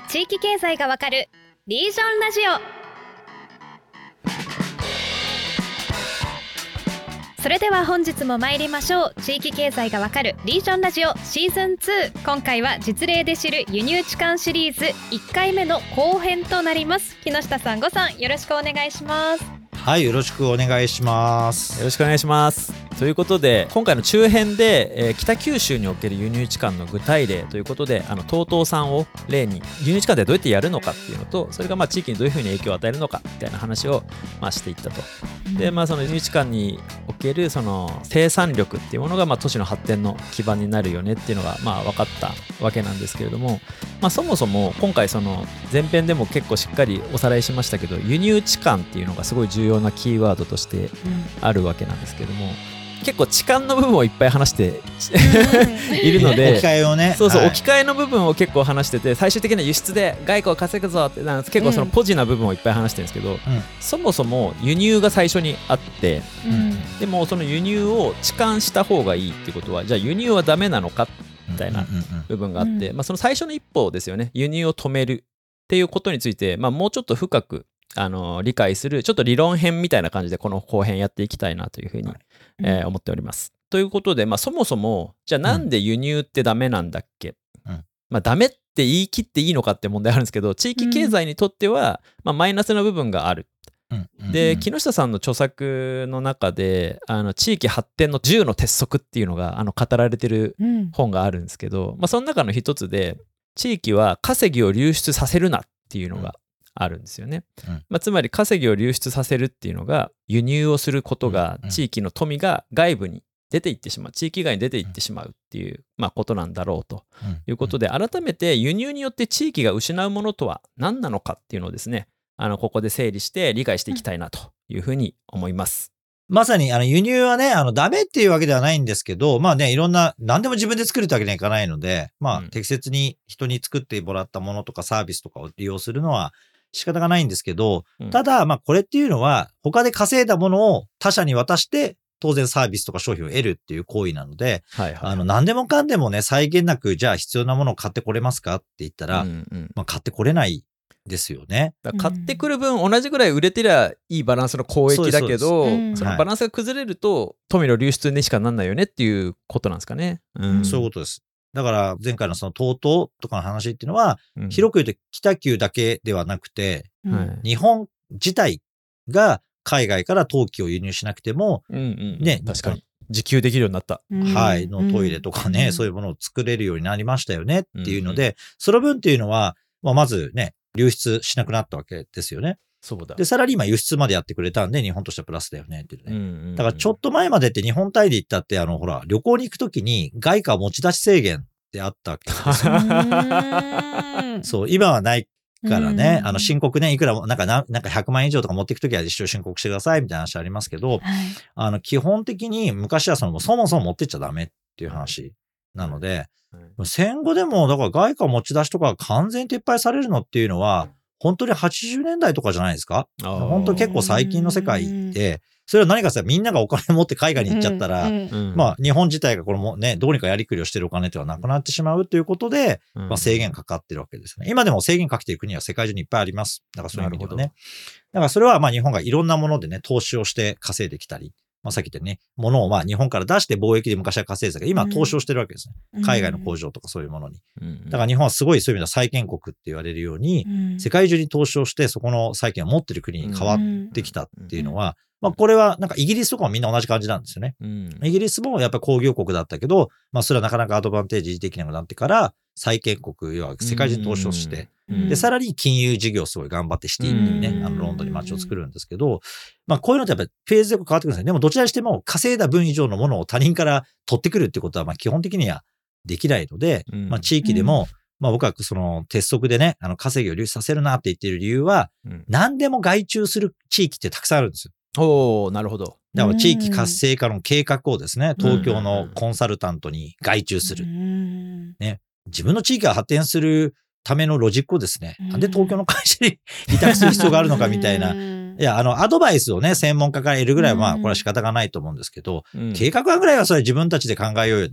地域経済がわかるリージョンラジオ。それでは本日も参りましょう。地域経済がわかるリージョンラジオシーズン2。今回は実例で知る輸入置換シリーズ1回目の後編となります。木下さん、呉さん、よろしくお願いします。 はい、よろしくお願いします。 よろしくお願いします。ということで今回の中編で、北九州における輸入置換の具体例ということでTOTOさんを例に輸入置換でどうやってやるのかっていうのと、それが地域にどういうふうに影響を与えるのかみたいな話をしていったと。でその輸入置換におけるその生産力っていうものが都市の発展の基盤になるよねっていうのが分かったわけなんですけれども、そもそも今回その前編でも結構しっかりおさらいしましたけど、輸入置換っていうのがすごい重要なキーワードとしてあるわけなんですけども、結構置換の部分をいっぱい話しているので、 置き換えをね、 そう、置き換えの部分を結構話してて、最終的な輸出で外貨を稼ぐぞって結構そのポジな部分をいっぱい話してるんですけど、そもそも輸入が最初にあって、でもその輸入を置換した方がいいってことは、じゃあ輸入はダメなのかみたいな部分があって、その最初の一歩ですよね、輸入を止めるっていうことについて、もうちょっと深く理解するちょっと理論編みたいな感じでこの後編やっていきたいなというふうに、思っております。ということで、そもそもじゃあなんで輸入ってダメなんだっけ、ダメって言い切っていいのかって問題あるんですけど、地域経済にとっては、マイナスな部分がある。で木下さんの著作の中で地域発展の10の鉄則っていうのが語られてる本があるんですけど、その中の一つで地域は稼ぎを流出させるなっていうのがあるんですよね。つまり稼ぎを流出させるっていうのが、輸入をすることが地域の富が外部に出ていってしまう、地域外に出ていってしまうっていう、ことなんだろうということで、改めて輸入によって地域が失うものとは何なのかっていうのをですね、ここで整理して理解していきたいなというふうに思います。 まさに輸入はね、ダメっていうわけではないんですけど、いろんな、何でも自分で作るってわけにはいかないので、適切に人に作ってもらったものとかサービスとかを利用するのは仕方がないんですけど、ただ、これっていうのは、他で稼いだものを他者に渡して、当然サービスとか商品を得るっていう行為なので、何でもかんでもね、際限なく、じゃあ必要なものを買ってこれますかって言ったら、買ってこれないですよね。 買ってくる分同じぐらい売れてりゃいいバランスの交易だけど、そのバランスが崩れると富の流出にしかなんないよねっていうことなんですかね。 そういうことです。だから前回のその TOTO とかの話っていうのは、広く言うと北九だけではなくて、日本自体が海外から陶器を輸入しなくても、ね、 確かに自給できるようになった。 はい、のトイレとかね、そういうものを作れるようになりましたよねっていうので、その分っていうのは、まずね、流出しなくなったわけですよね。 そうだ。 で、さらに今輸出までやってくれたんで、日本としてはプラスだよねっていうね。だからちょっと前までって日本単位で言ったって、ほら、旅行に行くときに外貨持ち出し制限ってあったわけですよ。そう、今はないからね、申告ね、いくらも、なんか100万円以上とか持っていくときは一緒申告してくださいみたいな話ありますけど、基本的に昔はそもそも持ってっちゃダメっていう話なので、戦後でも、だから外貨持ち出しとか完全に撤廃されるのっていうのは、本当に80年代とかじゃないですか？本当結構最近の世界で、それは何かさ、みんながお金持って海外に行っちゃったら、日本自体がこれもね、どうにかやりくりをしてるお金っていうのはなくなってしまうということで、制限かかってるわけですね。今でも制限かけている国は世界中にいっぱいあります。だからそういう意味ではね。だからそれは日本がいろんなものでね、投資をして稼いできたり、さっき言ったね、物を日本から出して貿易で昔は稼いでたけど、今は投資をしてるわけですね。海外の工場とかそういうものに。だから日本はすごいそういう意味では債権国って言われるように、世界中に投資をしてそこの債権を持ってる国に変わってきたっていうのは、これはなんかイギリスとかもみんな同じ感じなんですよね。イギリスもやっぱり工業国だったけど、それはなかなかアドバンテージできなくなってから、債権国、要は世界中に投資をして、で、さらに金融事業をすごい頑張ってシティにね、ロンドンに街を作るんですけど、こういうのってやっぱりフェーズで変わってくるんですね。でもどちらにしても稼いだ分以上のものを他人から取ってくるってことは、基本的にはできないので、地域でも、僕はその鉄則でね、稼ぎを流出させるなって言っている理由は、何でも外注する地域ってたくさんあるんですよ。 なるほど。 だから地域活性化の計画をですね、東京のコンサルタントに外注する。ね。自分の地域が発展するためのロジックをですね、なんで東京の会社に委託する必要があるのかみたいな。いや、アドバイスをね、専門家から得るぐらいは、これは仕方がないと思うんですけど、計画案ぐらいはそれ自分たちで考えようよね。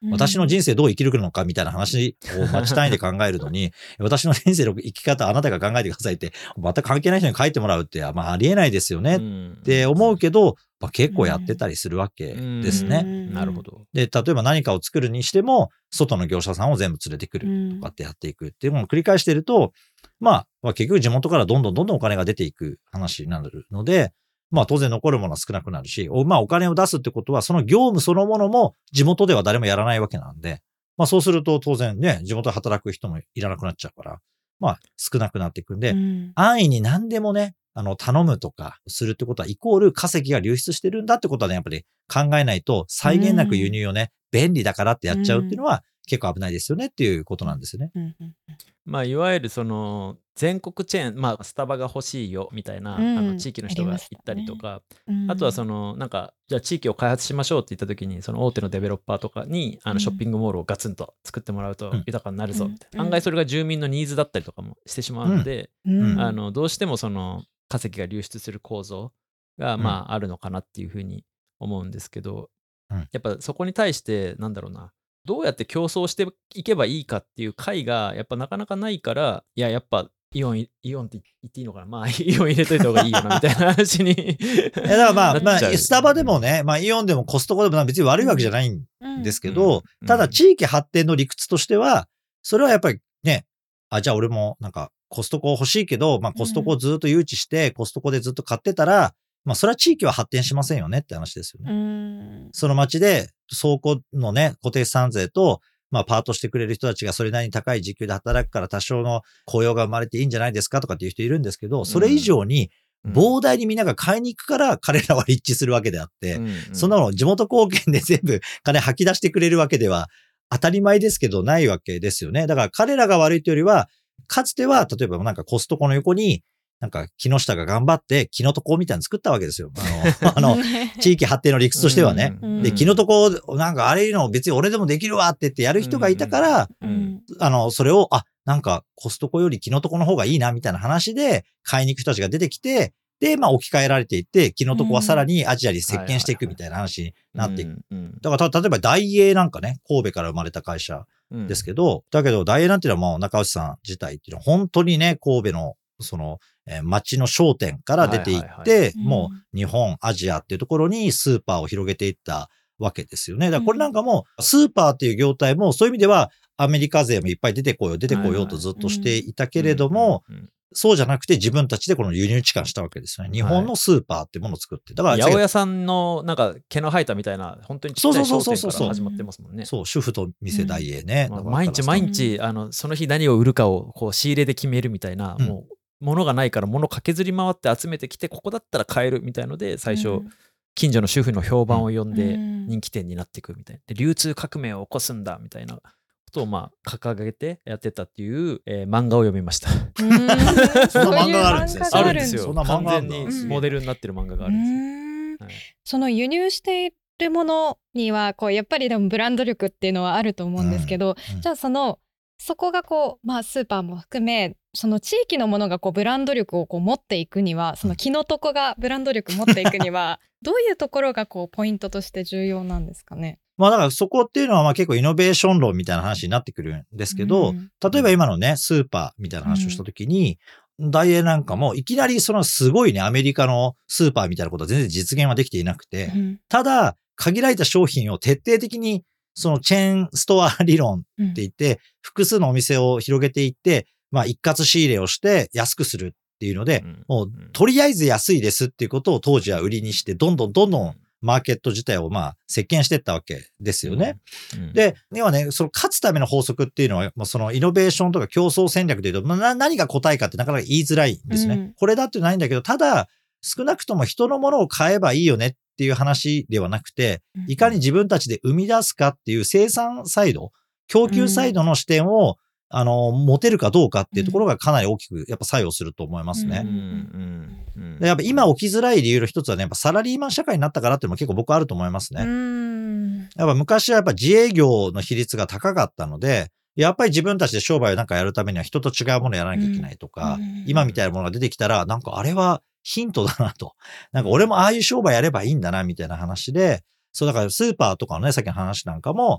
私の人生どう生きるのかみたいな話を町単位で考えるのに、私の人生の生き方あなたが考えてくださいって、また関係ない人に書いてもらうって、まあありえないですよねって思うけど、まあ、結構やってたりするわけですね。 なるほど。 で、例えば何かを作るにしても、外の業者さんを全部連れてくるとかってやっていくっていうのを繰り返してると、まあ結局地元からどんどんお金が出ていく話になるので、まあ当然残るものは少なくなるし、まあお金を出すってことはその業務そのものも地元では誰もやらないわけなんで、まあそうすると当然ね、地元で働く人もいらなくなっちゃうから、まあ少なくなっていくんで、安易に何でもね、頼むとかするってことはイコール稼ぎが流出してるんだってことはね、やっぱり考えないと際限なく輸入をね、便利だからってやっちゃうっていうのは結構危ないですよねっていうことなんですよね。 まあいわゆるその全国チェーン、まあスタバが欲しいよみたいな、地域の人が行ったりとか、あとはそのなんかじゃあ地域を開発しましょうって言った時にその大手のデベロッパーとかにショッピングモールをガツンと作ってもらうと豊かになるぞみたいな、案外それが住民のニーズだったりとかもしてしまうので、どうしてもその稼ぎが流出する構造がまああるのかなっていうふうに思うんですけど、やっぱそこに対してなんだろうな、どうやって競争していけばいいかっていう会がやっぱなかなかないから、いややっぱイオンって言っていいのかな、まあイオン入れといた方がいいよなみたいな話にだからまあスタバでもね、まあイオンでもコストコでも別に悪いわけじゃないんですけど、ただ地域発展の理屈としては、それはやっぱりね、じゃあ俺もなんかコストコ欲しいけど、まあコストコをずっと誘致して、コストコでずっと買ってたら、まあそれは地域は発展しませんよねって話ですよね。その町で倉庫のね、固定資産税と、まあパートしてくれる人たちがそれなりに高い時給で働くから多少の雇用が生まれていいんじゃないですかとかっていう人いるんですけど、それ以上に膨大にみんなが買いに行くから彼らは立地するわけであって、そんなの地元貢献で全部金吐き出してくれるわけでは当たり前ですけどないわけですよね。だから彼らが悪いというよりは、かつては例えばなんかコストコの横になんか木下が頑張って木のとこみたいに作ったわけですよ。地域発展の理屈としてはね。で、木のとこなんかあれいうの別に俺でもできるわって言ってやる人がいたから、それを、なんかコストコより木のとこの方がいいなみたいな話で買いに行く人たちが出てきて、で、まあ置き換えられていって、木のとこはさらにアジアに席巻していくみたいな話になっていく。だから例えば大英なんかね、神戸から生まれた会社ですけど、だけど大英なんていうのはもう中内さん自体っていうのは本当にね、神戸のその、町の商店から出ていって、もう日本、アジアっていうところにスーパーを広げていったわけですよね。だからこれなんかも、スーパーっていう業態もそういう意味ではアメリカ勢もいっぱい出てこようとずっとしていたけれども、そうじゃなくて自分たちでこの輸入置換したわけですよね。日本のスーパーっていうものを作って。だから八百屋さんのなんか毛の生えたみたいな、本当にちっちゃい商店から始まってますもんね。 そう、主婦と店大英ね。 毎日、その日何を売るかをこう仕入れで決めるみたいな、もう、物がないから物駆けずり回って集めてきて、ここだったら買えるみたいので、最初、近所の主婦の評判を呼んで人気店になっていくみたいな。で、流通革命を起こすんだみたいなことをまあ掲げてやってたっていう、漫画を読みました。 そんな漫画があるんですね。 あるんですよ。 そんな完全にモデルになってる漫画があるんですよ。 その輸入しているものにはこうやっぱりでもブランド力っていうのはあると思うんですけど、じゃあそこがこう、まあ、スーパーも含めその地域のものがこうブランド力をこう持っていくには、その木のとこがブランド力持っていくにはどういうところがこうポイントとして重要なんですかね。 まあだからそこっていうのはまあ結構イノベーション論みたいな話になってくるんですけど、例えば今のねスーパーみたいな話をしたときに、大英なんかもいきなりそのすごいねアメリカのスーパーみたいなことは全然実現はできていなくて、ただ限られた商品を徹底的にそのチェーンストア理論って言って、複数のお店を広げていって、まあ一括仕入れをして安くするっていうので、もうとりあえず安いですっていうことを当時は売りにして、どんどんマーケット自体をまあ席巻していったわけですよね。で、要はね、その勝つための法則っていうのは、そのイノベーションとか競争戦略でいうと、何が答えかってなかなか言いづらいんですね。これだってないんだけど、ただ少なくとも人のものを買えばいいよねっていう話ではなくて、いかに自分たちで生み出すかっていう生産サイド、供給サイドの視点を、持てるかどうかっていうところがかなり大きくやっぱ作用すると思いますね。やっぱ今起きづらい理由の一つはね、やっぱサラリーマン社会になったからっていうのも結構僕あると思いますね。やっぱ昔はやっぱ自営業の比率が高かったので、やっぱり自分たちで商売をなんかやるためには人と違うものをやらなきゃいけないとか、今みたいなものが出てきたら、なんかあれはヒントだなと。なんか俺もああいう商売やればいいんだなみたいな話で、そうだからスーパーとかのね、さっきの話なんかも、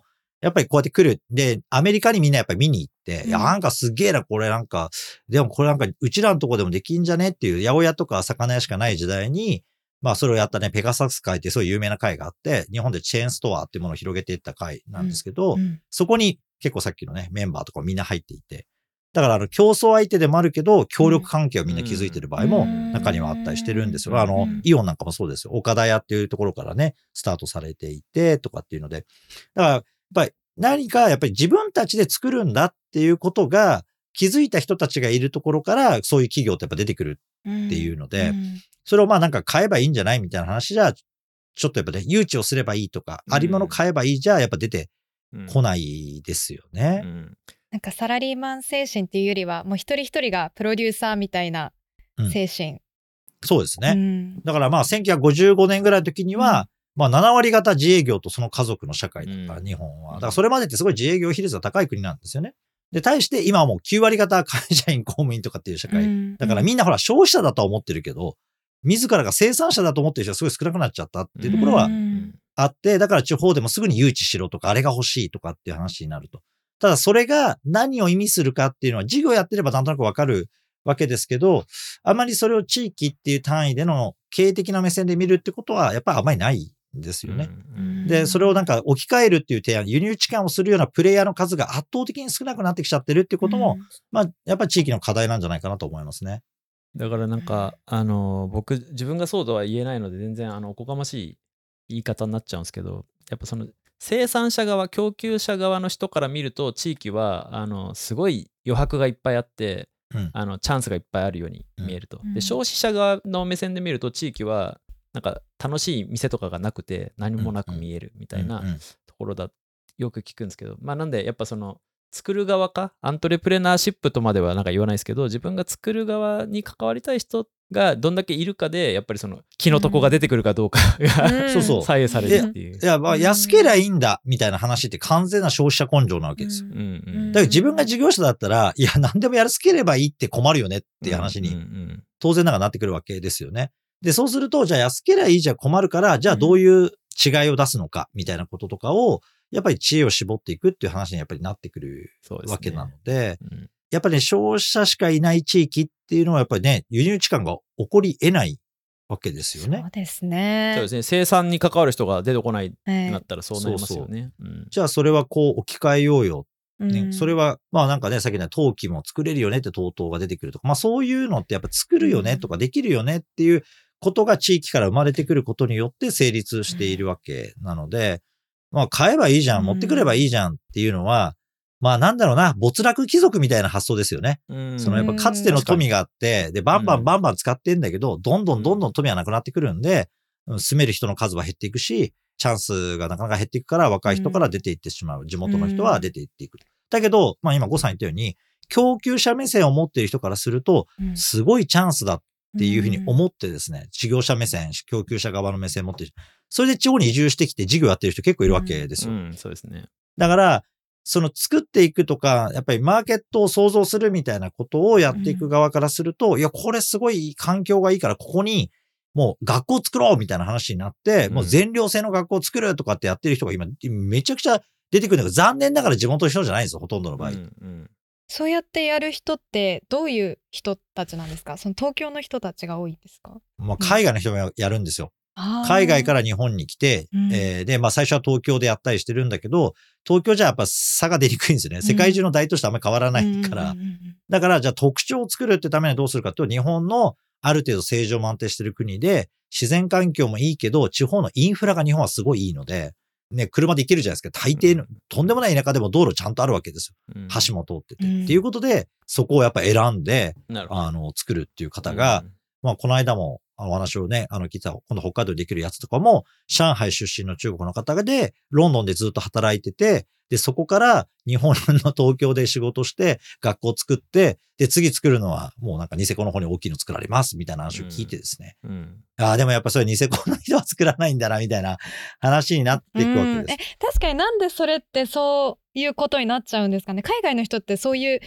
やっぱりこうやって来る。で、アメリカにみんなやっぱり見に行って、いや、なんかすげえな、これなんか、でもこれなんか、うちらのとこでもできんじゃねっていう、八百屋とか魚屋しかない時代に、まあそれをやったね、ペガサス会ってそういう有名な会があって、日本でチェーンストアっていうものを広げていった会なんですけど、そこに結構さっきのね、メンバーとかみんな入っていて、だから競争相手でもあるけど、協力関係をみんな築いてる場合も中にはあったりしてるんですよ。イオンなんかもそうですよ。岡田屋っていうところからね、スタートされていて、とかっていうので。だから、やっぱり何かやっぱり自分たちで作るんだっていうことが、気づいた人たちがいるところから、そういう企業ってやっぱ出てくるっていうので、それをまあなんか買えばいいんじゃないみたいな話じゃ、ちょっとやっぱね、誘致をすればいいとか、ありもの買えばいいじゃ、やっぱ出てこないですよね。 なんかサラリーマン精神っていうよりは、もう一人一人がプロデューサーみたいな精神。 そうですね。だからまあ1955年ぐらいの時には、まあ7割方自営業とその家族の社会だから、日本は。だからそれまでってすごい自営業比率が高い国なんですよね。で、対して今はもう9割方会社員公務員とかっていう社会。だからみんなほら消費者だとは思ってるけど、自らが生産者だと思ってる人がすごい少なくなっちゃったっていうところはあって、だから地方でもすぐに誘致しろとか、あれが欲しいとかっていう話になると。ただそれが何を意味するかっていうのは事業やってればなんとなくわかるわけですけど、あまりそれを地域っていう単位での経営的な目線で見るってことはやっぱりあまりないんですよね。で、それをなんか置き換えるっていう提案、輸入置換をするようなプレイヤーの数が圧倒的に少なくなってきちゃってるっていうことも、まあやっぱり地域の課題なんじゃないかなと思いますね。 だからなんか、僕自分がそうとは言えないので全然おこがましい言い方になっちゃうんですけど、やっぱその生産者側、供給者側の人から見ると地域はすごい余白がいっぱいあって、チャンスがいっぱいあるように見えると。で、消費者側の目線で見ると地域はなんか楽しい店とかがなくて何もなく見えるみたいなところだ、よく聞くんですけど、まあなんでやっぱその作る側かアントレプレナーシップとまではなんか言わないですけど、自分が作る側に関わりたい人がどんだけいるかでやっぱりその気の床が出てくるかどうかが、左右されるっていう。 いや、まあ、安けりゃいいんだみたいな話って完全な消費者根性なわけですよ。だから自分が事業者だったら、いや、何でもやらすければいいって困るよねっていう話に当然ながらなってくるわけですよね。で、そうすると、じゃあ安けりゃいいじゃ困るから、じゃあどういう違いを出すのかみたいなこととかを、やっぱり知恵を絞っていくっていう話にやっぱりなってくるわけなので、やっぱりね、消費者しかいない地域っていうのはやっぱりね、輸入置換が起こり得ないわけですよね。 そうですね。 そうですね。生産に関わる人が出てこないなったらそうなりますよね。 じゃあそれはこう置き換えようよ。ね、それは、まあなんかね、さっきの陶器も作れるよねってTOTOが出てくるとか、まあそういうのってやっぱ作るよねとかできるよねっていうことが地域から生まれてくることによって成立しているわけなので、まあ買えばいいじゃん、持ってくればいいじゃんっていうのは、まあなんだろうな、没落貴族みたいな発想ですよね。そのやっぱかつての富があって、で、バンバン使ってんだけど、どんどん富はなくなってくるんで、住める人の数は減っていくし、チャンスがなかなか減っていくから若い人から出ていってしまう。地元の人は出ていっていく。だけど、まあ今5さん言ったように、供給者目線を持っている人からすると、すごいチャンスだっていうふうに思ってですね、事業者目線、供給者側の目線を持っている。それで地方に移住してきて事業やってる人結構いるわけですよ。 そうですね。 だから、その作っていくとか、やっぱりマーケットを創造するみたいなことをやっていく側からすると、いや、これすごい環境がいいから、ここにもう学校作ろうみたいな話になって、もう全寮制の学校を作るとかってやってる人が今、めちゃくちゃ出てくるんだけど、残念ながら地元の人じゃないんですよ、ほとんどの場合。 そうやってやる人ってどういう人たちなんですか？その東京の人たちが多いですか？ まあ、海外の人もやるんですよ。海外から日本に来て、で、まあ最初は東京でやったりしてるんだけど、東京じゃやっぱ差が出にくいんですよね。世界中の大都市とあんまり変わらないから。だからじゃあ特徴を作るってためにはどうするかというと、日本のある程度正常も安定してる国で、自然環境もいいけど、地方のインフラが日本はすごいいいので、ね、車で行けるじゃないですか。大抵の、とんでもない田舎でも道路ちゃんとあるわけですよ。橋も通ってて。っていうことで、そこをやっぱ選んで、作るっていう方が、まあこの間も、お話をね、聞いた、今度北海道でできるやつとかも、上海出身の中国の方で、ロンドンでずっと働いてて、で、そこから日本の東京で仕事して、学校作って、で、次作るのは、もうなんかニセコの方に大きいの作られます、みたいな話を聞いてですね。でもやっぱそれニセコの人は作らないんだな、みたいな話になっていくわけです。 確かになんでそれってそういうことになっちゃうんですかね。海外の人ってそういう、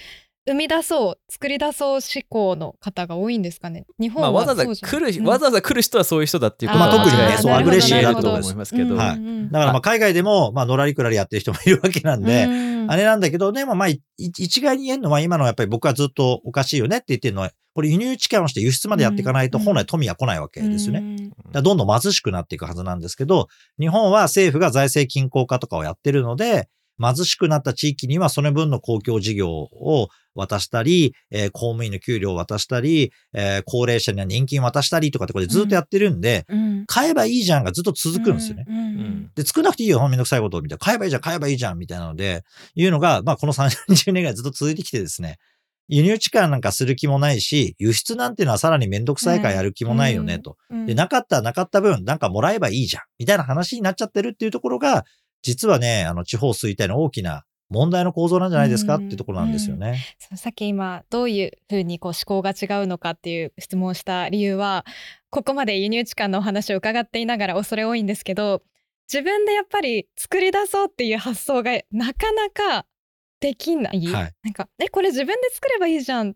生み出そう作り出そう思考の方が多いんですかね。日本はわざわざ来る人はそういう人だっていうことは特にね、そうアグレッシブだと思いますけど、 はい、だから海外でものらりくらりやってる人もいるわけなんで、あれなんだけど、でも一概に言えるのは今のやっぱり僕はずっとおかしいよねって言ってるのは、これ輸入知見をして輸出までやっていかないと本来富は来ないわけですよね。だからどんどん貧しくなっていくはずなんですけど、日本は政府が財政均衡化とかをやってるので、貧しくなった地域にはその分の公共事業を渡したり、公務員の給料を渡したり、高齢者には年金渡したりとかってこれずっとやってるんで、買えばいいじゃんがずっと続くんですよね。で、作らなくていいよ、めんどくさいことをみたいな。買えばいいじゃん、みたいなので、いうのが、この30年ぐらいずっと続いてきてですね、輸入置換なんかする気もないし、輸出なんていうのはさらにめんどくさいからやる気もないよね、と。で、なかった分、なんかもらえばいいじゃん、みたいな話になっちゃってるっていうところが、実はね、地方衰退の大きな問題の構造なんじゃないですかっていうところなんですよね。 さっき今どういうふうに思考が違うのかっていう質問をした理由は、ここまで輸入置換のお話を伺っていながら恐れ多いんですけど、自分でやっぱり作り出そうっていう発想がなかなかできない、はい、なんかこれ自分で作ればいいじゃんって、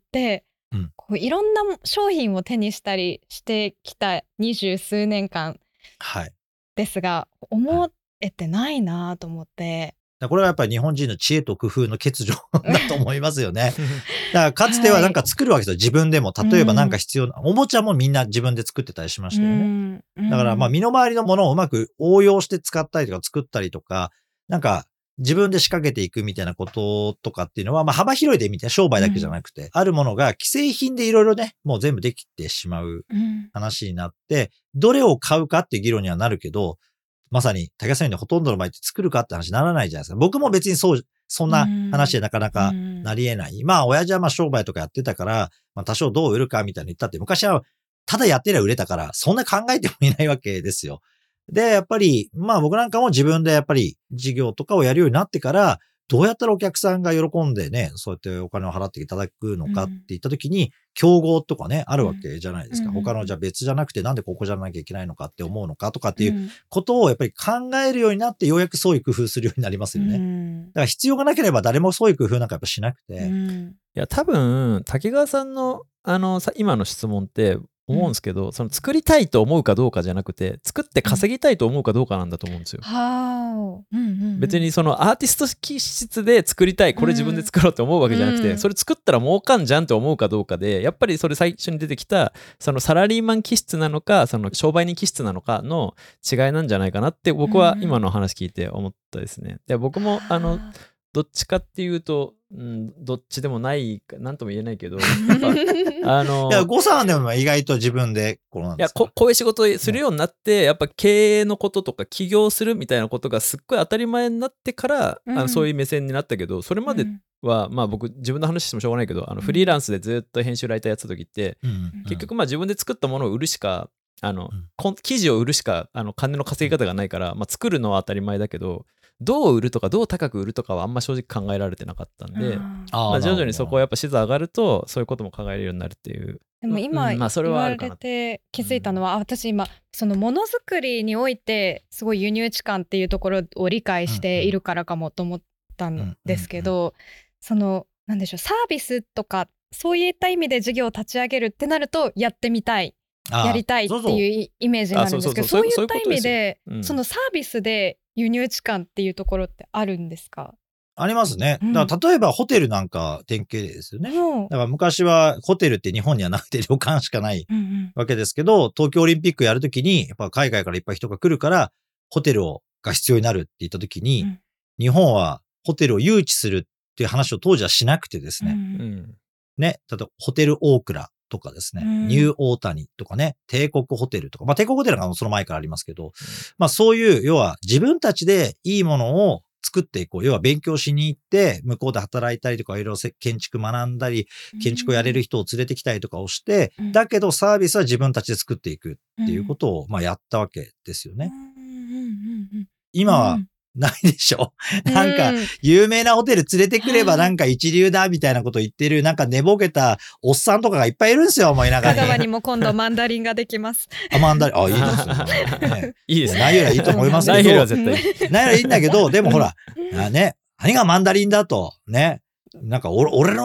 こういろんな商品を手にしたりしてきた20数年間ですが、思えてないなと思って。 これはやっぱり日本人の知恵と工夫の欠如だと思いますよね。だからかつてはなんか作るわけですよ、自分でも。例えばなんか必要な、おもちゃもみんな自分で作ってたりしましたよね。だから身の回りのものをうまく応用して使ったりとか作ったりとか、なんか自分で仕掛けていくみたいなこととかっていうのは、幅広いで見て商売だけじゃなくて、あるものが既製品でいろいろね、もう全部できてしまう話になって、どれを買うかっていう議論にはなるけど、まさに竹さんにほとんどの場合って作るかって話にならないじゃないですか。僕も別にそんな話でなかなかなり得ない。親父は商売とかやってたから、多少どう売るかみたいに言ったって、昔はただやってりゃ売れたから、そんな考えてもいないわけですよ。で、やっぱり、僕なんかも自分でやっぱり事業とかをやるようになってから、どうやったらお客さんが喜んでね、そうやってお金を払っていただくのかって言ったときに、競合とかね、あるわけじゃないですか。他のじゃあ別じゃなくてなんでここじゃなきゃいけないのかって思うのかとかっていうことをやっぱり考えるようになって、ようやくそういう工夫するようになりますよね。だから必要がなければ誰もそういう工夫なんかやっぱしなくて。 いや、多分、滝川さんの今の質問って思うんですけど、その作りたいと思うかどうかじゃなくて、作って稼ぎたいと思うかどうかなんだと思うんですよ。別にそのアーティスト気質で作りたい、これ自分で作ろうと思うわけじゃなくて、それ作ったら儲かんじゃんって思うかどうかで、やっぱりそれ最初に出てきたそのサラリーマン気質なのか、その商売人気質なのかの違いなんじゃないかなって僕は今の話聞いて思ったですね。で、僕もどっちかっていうと、どっちでもないなんとも言えないけどいや誤差でも意外と自分でこうなんですか。 こういう仕事するようになって、やっぱ経営のこととか起業するみたいなことがすっごい当たり前になってから、そういう目線になったけど、それまでは、僕自分の話してもしょうがないけど、フリーランスでずっと編集ライターやってた時って、結局自分で作ったものを売るしか記事を売るしか金の稼ぎ方がないから、作るのは当たり前だけど、どう売るとかどう高く売るとかはあんま正直考えられてなかったんで、徐々にそこはやっぱ質上がるとそういうことも考えれるようになるっていう。 でも今言われて気づいたのは、私今そのものづくりにおいてすごい輸入置換っていうところを理解しているからかもと思ったんですけど、そのなんでしょう、サービスとかそういった意味で事業を立ち上げるってなるとやってみたい、やりたいっていうイメージになるんですけど、そういった意味でそのサービスで輸入置換っていうところってあるんですか？ ありますね。だから例えばホテルなんか典型例ですよね。だから昔はホテルって日本にはなくて旅館しかないわけですけど、東京オリンピックやるときにやっぱ海外からいっぱい人が来るからホテルが必要になるって言ったときに、日本はホテルを誘致するっていう話を当時はしなくてですね。例えばホテル大倉とかですね、ニューオータニとかね、帝国ホテルとか、帝国ホテルがその前からありますけど、そういう、要は自分たちでいいものを作っていこう。要は勉強しに行って、向こうで働いたりとか、いろいろ建築学んだり、建築をやれる人を連れてきたりとかをして、だけどサービスは自分たちで作っていくっていうことを、やったわけですよね。今は、ないでしょ。なんか、有名なホテル連れてくればなんか一流だみたいなこと言ってる、なんか寝ぼけたおっさんとかがいっぱいいるんですよ、思いながら。 香川にも今度マンダリンができます。 マンダリン、いいですね。 いいですね。 ないよりはいいと思いますけど。 ないよりは絶対。 ないよりはいいんだけど、でもほら、ね、何がマンダリンだと、ね。なんか俺の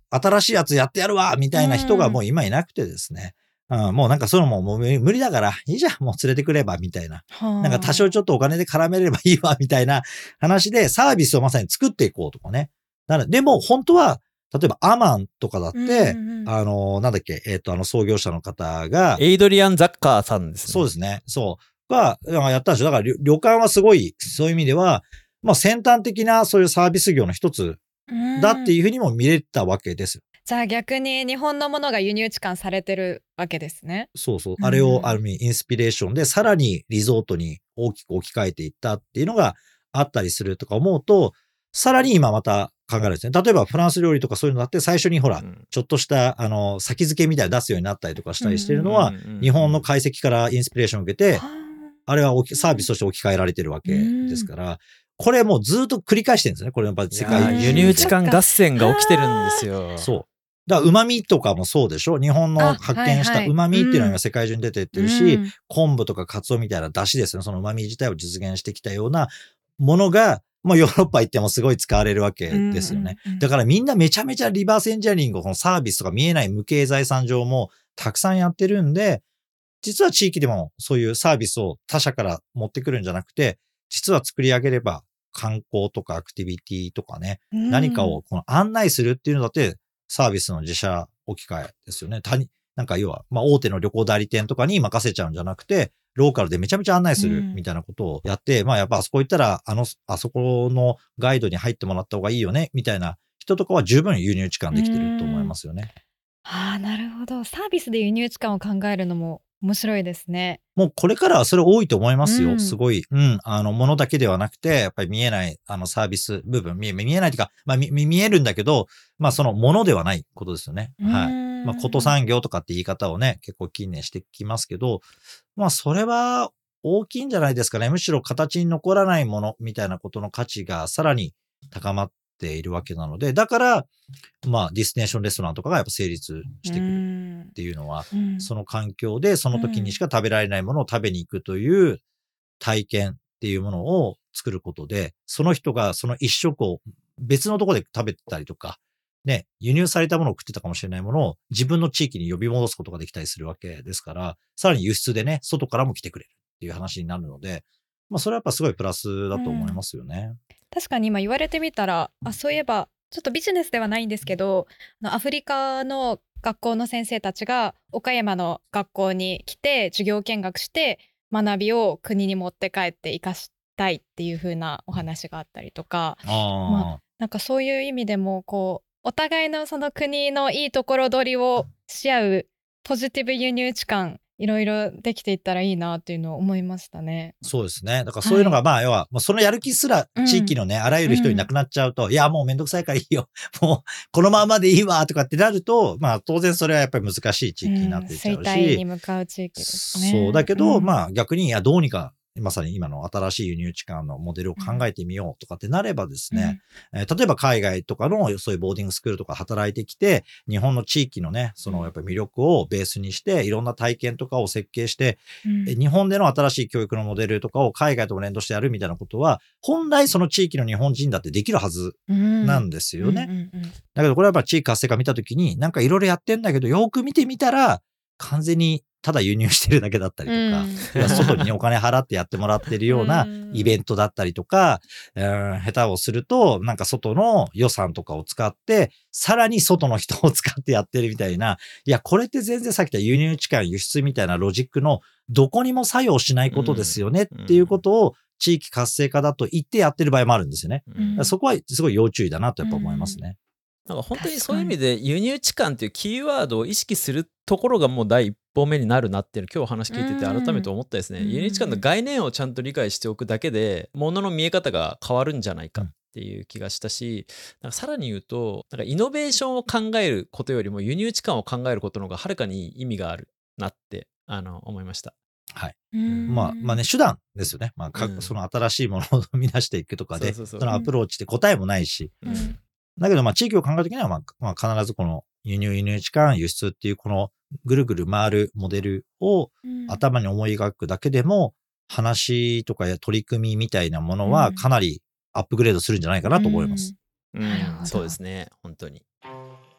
新しいやつやってやるわみたいな人がもう今いなくてですね。もうなんかそういうのもう無理だから、いいじゃん、もう連れてくれば、みたいな。なんか多少ちょっとお金で絡めればいいわ、みたいな話でサービスをまさに作っていこうとかね。でも本当は、例えばアマンとかだって、なんだっけ、創業者の方が。 エイドリアン・ザッカーさんですね。 そうですね。そう。が、やったんでしょ。だから旅館はすごい、そういう意味では、まあ先端的なそういうサービス業の一つだっていうふうにも見れたわけですよ。 じゃあ逆に日本のものが輸入置換されてるわけですね。 そうそう。あれをある意味インスピレーションでさらにリゾートに大きく置き換えていったっていうのがあったりするとか思うと、さらに今また考えるんですね。例えばフランス料理とかそういうのだって最初にほら、ちょっとした先付けみたいな出すようになったりとかしたりしてるのは、日本の解析からインスピレーションを受けて、あれはサービスとして置き換えられてるわけですから、これもうずっと繰り返してるんですね。これやっぱ世界輸入置換合戦が起きてるんですよ。 そう。だから旨味とかもそうでしょ。日本の発見した旨味っていうのは今世界中に出てってるし、昆布とかカツオみたいな出汁ですね。その旨味自体を実現してきたようなものが、もうヨーロッパ行ってもすごい使われるわけですよね。だからみんなめちゃめちゃリバースエンジニアリングをこのサービスとか見えない無形財産上もたくさんやってるんで、実は地域でもそういうサービスを他社から持ってくるんじゃなくて、実は作り上げれば観光とかアクティビティとかね、何かをこの案内するっていうのだってサービスの自社置き換えですよね。なんか要は、まあ大手の旅行代理店とかに任せちゃうんじゃなくて、ローカルでめちゃめちゃ案内するみたいなことをやって、まあやっぱあそこ行ったら、あそこのガイドに入ってもらった方がいいよね、みたいな人とかは十分輸入置換できてると思いますよね。 なるほど。サービスで輸入置換を考えるのも面白いですね。 もうこれからはそれ多いと思いますよ。すごい。ものだけではなくて、やっぱり見えない、サービス部分、見えないというか、まあ見えるんだけど、まあそのものではないことですよね。はい。まあ、こと産業とかって言い方をね、結構近年してきますけど、まあそれは大きいんじゃないですかね。むしろ形に残らないものみたいなことの価値がさらに高まっているわけなので、だから、まあディスティネーションレストランとかがやっぱ成立してくるっていうのは、その環境でその時にしか食べられないものを食べに行くという体験っていうものを作ることで、その人がその一食を別のところで食べてたりとか、ね、輸入されたものを食ってたかもしれないものを自分の地域に呼び戻すことができたりするわけですから、さらに輸出でね、外からも来てくれるっていう話になるので、まあそれはやっぱすごいプラスだと思いますよね。 確かに今言われてみたら、そういえばちょっとビジネスではないんですけど、アフリカの学校の先生たちが岡山の学校に来て授業見学して学びを国に持って帰って生かしたいっていう風なお話があったりとか、なんかそういう意味でもこうお互いのその国のいいところ取りをし合うポジティブ輸入置換、いろいろできていったらいいなっていうのを思いましたね。 そうですね。だからそういうのが、まあ、要は、もうそのやる気すら地域のね、あらゆる人になくなっちゃうと、いや、もうめんどくさいからいいよ。もう、このままでいいわ、とかってなると、まあ、当然それはやっぱり難しい地域になっていっちゃうし。 衰退に向かう地域ですね。 そう。だけど、まあ、逆に、いや、どうにか、まさに今の新しい輸入置換のモデルを考えてみようとかってなればですね、例えば海外とかのそういうボーディングスクールとか働いてきて、日本の地域のね、そのやっぱり魅力をベースにして、いろんな体験とかを設計して、日本での新しい教育のモデルとかを海外とも連動してやるみたいなことは、本来その地域の日本人だってできるはずなんですよね。だけどこれはやっぱ地域活性化見たときに、なんかいろいろやってんだけど、よく見てみたら、完全にただ輸入してるだけだったりとか、外にお金払ってやってもらってるようなイベントだったりとか、下手をすると、なんか外の予算とかを使って、さらに外の人を使ってやってるみたいな、いや、これって全然さっき言った輸入置換輸出みたいなロジックのどこにも作用しないことですよねっていうことを地域活性化だと言ってやってる場合もあるんですよね。そこはすごい要注意だなとやっぱ思いますね。 なんか本当にそういう意味で輸入置換っていうキーワードを意識するところがもう第一歩目になるなっていうのを今日話聞いてて改めて思ったですね。輸入置換の概念をちゃんと理解しておくだけで物の見え方が変わるんじゃないかっていう気がしたし、なんかさらに言うとなんかイノベーションを考えることよりも輸入置換を考えることの方がはるかに意味があるなって思いました。 はい。まあね、手段ですよね。まあ、その新しいものを生み出していくとかで、そのアプローチって答えもないし。だけど、まあ、地域を考えるときには、まあ、必ずこの輸入置換、輸出っていうこのぐるぐる回るモデルを頭に思い描くだけでも、話とか取り組みみたいなものはかなりアップグレードするんじゃないかなと思います。 そうですね、本当に。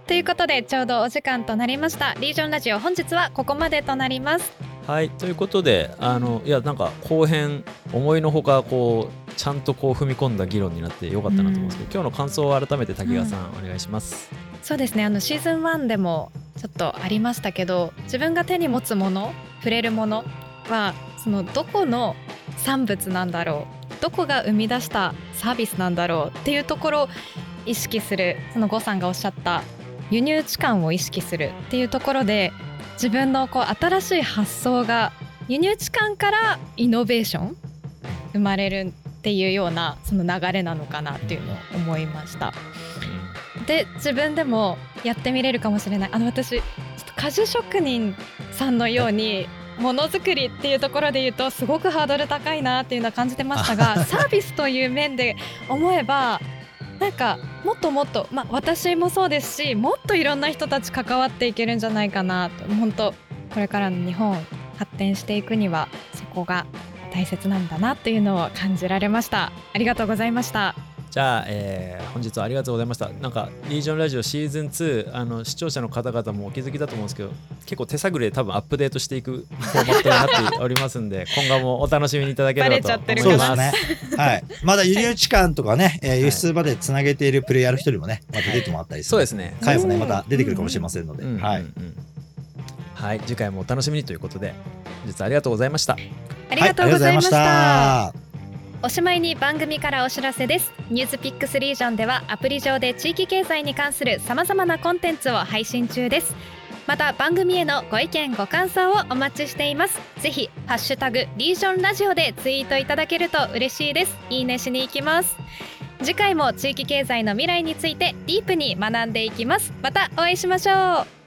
ということでちょうどお時間となりました。リージョンラジオ本日はここまでとなります。 はい、ということでいやなんか後編思いのほかちゃんと踏み込んだ議論になってよかったなと思うんですけど、今日の感想を改めて滝川さん、お願いします。 そうですね、シーズン1でもちょっとありましたけど、自分が手に持つもの、触れるものはそのどこの産物なんだろう、どこが生み出したサービスなんだろうっていうところを意識する、その呉さんがおっしゃった輸入地間を意識するっていうところで、自分の新しい発想が輸入地間からイノベーション生まれるっていうようなその流れなのかなっていうのを思いました。で自分でもやってみれるかもしれない。私ちょっと果樹職人さんのようにものづくりっていうところで言うとすごくハードル高いなっていうのは感じてましたがサービスという面で思えばなんかもっともっと、私もそうですし、もっといろんな人たち関わっていけるんじゃないかなと。本当これからの日本発展していくにはそこが大切なんだなっていうのを感じられました。ありがとうございました。 じゃあ、本日はありがとうございました。なんかリージョンラジオシーズン2視聴者の方々もお気づきだと思うんですけど、結構手探りで多分アップデートしていくフォーマットになっておりますんで今後もお楽しみにいただければと思います。 ね、はい、まだ輸入地間とかね、輸出までつなげているプレイヤーの人にもね、また出てもらったりする、 そうですね、 回もねまた出てくるかもしれませんので、 はい、次回もお楽しみにということで本日はありがとうございました。 ありがとうございました。おしまいに番組からお知らせです。ニュースピックスリージョンではアプリ上で地域経済に関する様々なコンテンツを配信中です。また番組へのご意見ご感想をお待ちしています。ぜひハッシュタグリージョンラジオでツイートいただけると嬉しいです。いいねしに行きます。次回も地域経済の未来についてディープに学んでいきます。またお会いしましょう。